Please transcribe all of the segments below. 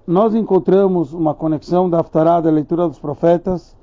nós encontramos uma conexão da Haftará, da leitura dos profetas,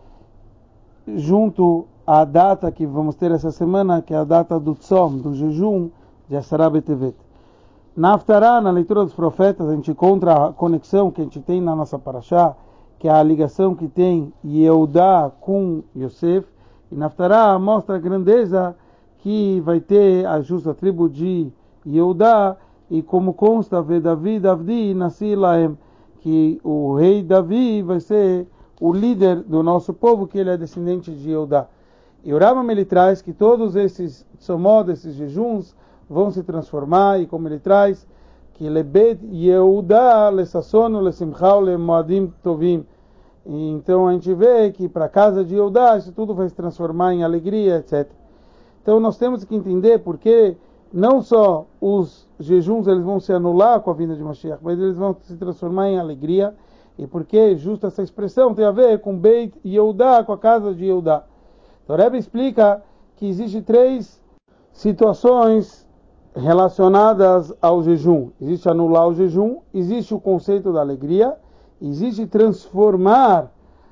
junto à data que vamos ter essa semana, que é a data do Tzom, do jejum de Asará B'Tevet. Na Haftará, na leitura dos profetas, a gente encontra a conexão que a gente tem na nossa Parashá, que é a ligação que tem Yehudá com Yosef, e na Haftará mostra a grandeza que vai ter a justa tribo de Yehudá, e como consta, Ve Davi Avdi Nasi Laem, que o rei Davi vai ser o líder do nosso povo, que ele é descendente de Yehudá. E o Rambam ele traz que todos esses tzomot, esses jejuns, vão se transformar, e como ele traz, que lebet Yehudá lesassono lesimchau lemoadim tovim. Então a gente vê que para a casa de Yehudá isso tudo vai se transformar em alegria, etc. Então nós temos que entender porque não só os jejuns eles vão se anular com a vinda de Mashiach, mas eles vão se transformar em alegria, e porque justa essa expressão tem a ver com Beit Yehudá, com a casa de Yehudá. Então o Rebbe explica que existem 3 situações relacionadas ao jejum. Existe anular o jejum, existe o conceito da alegria, existe transformar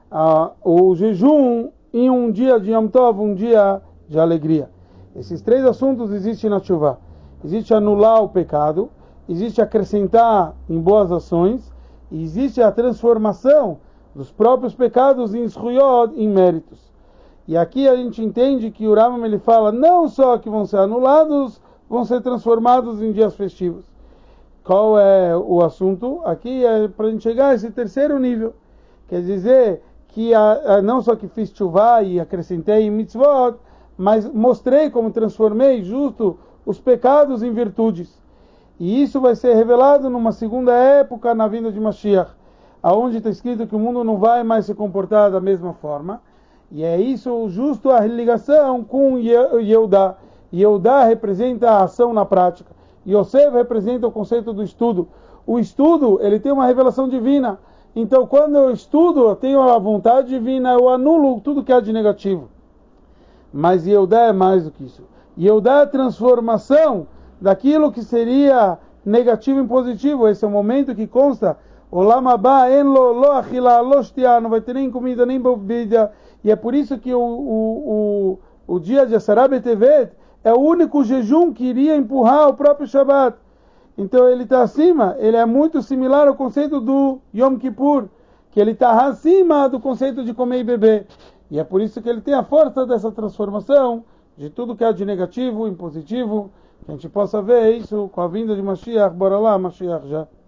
o jejum em um dia de Yom Tov, um dia de alegria. Esses 3 assuntos existem na Teshuvah. Existe anular o pecado, existe acrescentar em boas ações, e existe a transformação dos próprios pecados em zchuyot, em méritos. E aqui a gente entende que o Rambam ele fala não só que vão ser anulados, vão ser transformados em dias festivos. Qual é o assunto? Aqui é para a gente chegar a esse 3º nível. Quer dizer que não só que fiz teshuvah e acrescentei em mitzvot, mas mostrei como transformei justo os pecados em virtudes. E isso vai ser revelado numa segunda época na vinda de Mashiach, aonde está escrito que o mundo não vai mais se comportar da mesma forma. E é isso justo a ligação com Yehudá. Yehudá representa a ação na prática. Yosef representa o conceito do estudo. O estudo, ele tem uma revelação divina. Então, quando eu estudo, eu tenho a vontade divina, eu anulo tudo que há de negativo. Mas Yehudá é mais do que isso. Yehudá é a transformação daquilo que seria negativo em positivo. Esse é o momento que consta Olam haba en lo achila lo shtia, não vai ter nem comida nem bebida. E é por isso que o dia de Asará B'Tevet é o único jejum que iria empurrar o próprio Shabbat. Então ele está acima, ele é muito similar ao conceito do Yom Kippur, que ele está acima do conceito de comer e beber. E é por isso que ele tem a força dessa transformação de tudo que há de negativo em positivo, que a gente possa ver isso com a vinda de Mashiach. Bora lá, Mashiach já.